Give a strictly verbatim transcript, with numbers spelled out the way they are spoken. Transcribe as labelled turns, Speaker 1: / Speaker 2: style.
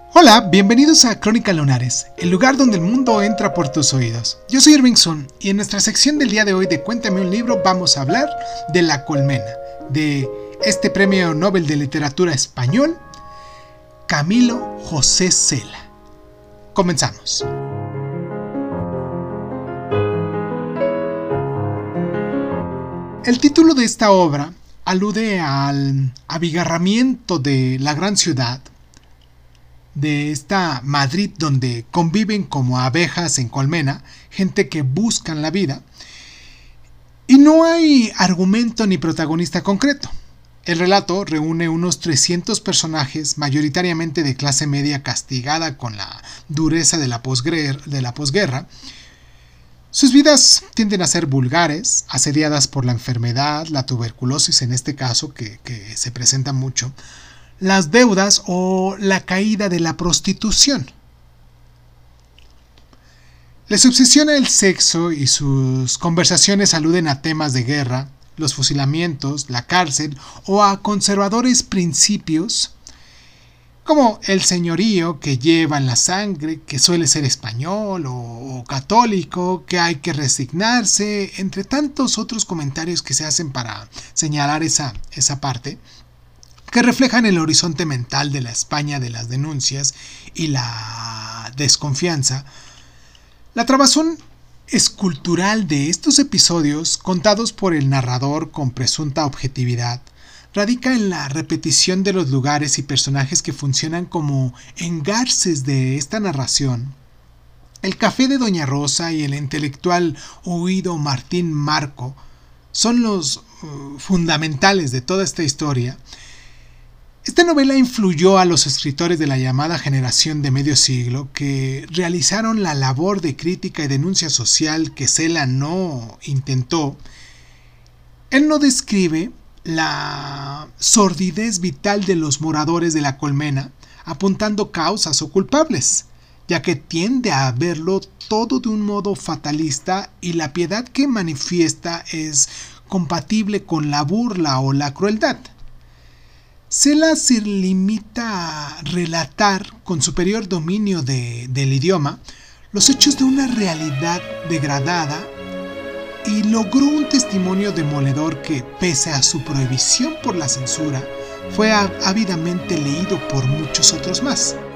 Speaker 1: Hola, bienvenidos a Crónica Lunares, el lugar donde el mundo entra por tus oídos. Yo soy Irving Sun y en nuestra sección del día de hoy de Cuéntame un libro vamos a hablar de La Colmena, de este premio Nobel de Literatura Español, Camilo José Cela. Comenzamos. El título de esta obra alude al abigarramiento de la gran ciudad, de esta Madrid donde conviven como abejas en colmena, gente que buscan la vida, y no hay argumento ni protagonista concreto. El relato reúne unos trescientos personajes, mayoritariamente de clase media castigada con la dureza de la posguerra, de la posguerra. Sus vidas tienden a ser vulgares, asediadas por la enfermedad, la tuberculosis en este caso, que, que se presenta mucho, las deudas o la caída de la prostitución. Les obsesiona el sexo y sus conversaciones aluden a temas de guerra, los fusilamientos, la cárcel o a conservadores principios como el señorío que lleva en la sangre, que suele ser español o, o católico, que hay que resignarse, entre tantos otros comentarios que se hacen para señalar esa, esa parte, que reflejan el horizonte mental de la España de las denuncias y la desconfianza. La trabazón escultural de estos episodios, contados por el narrador con presunta objetividad, radica en la repetición de los lugares y personajes que funcionan como engarces de esta narración. El café de Doña Rosa y el intelectual huido Martín Marco son los uh, fundamentales de toda esta historia. Esta novela influyó a los escritores de la llamada generación de medio siglo que realizaron la labor de crítica y denuncia social que Cela no intentó. Él no describe la sordidez vital de los moradores de la colmena, apuntando causas o culpables, ya que tiende a verlo todo de un modo fatalista y la piedad que manifiesta es compatible con la burla o la crueldad. Cela se limita a relatar con superior dominio de, del idioma los hechos de una realidad degradada y logró un testimonio demoledor que, pese a su prohibición por la censura, fue ávidamente leído por muchos otros más.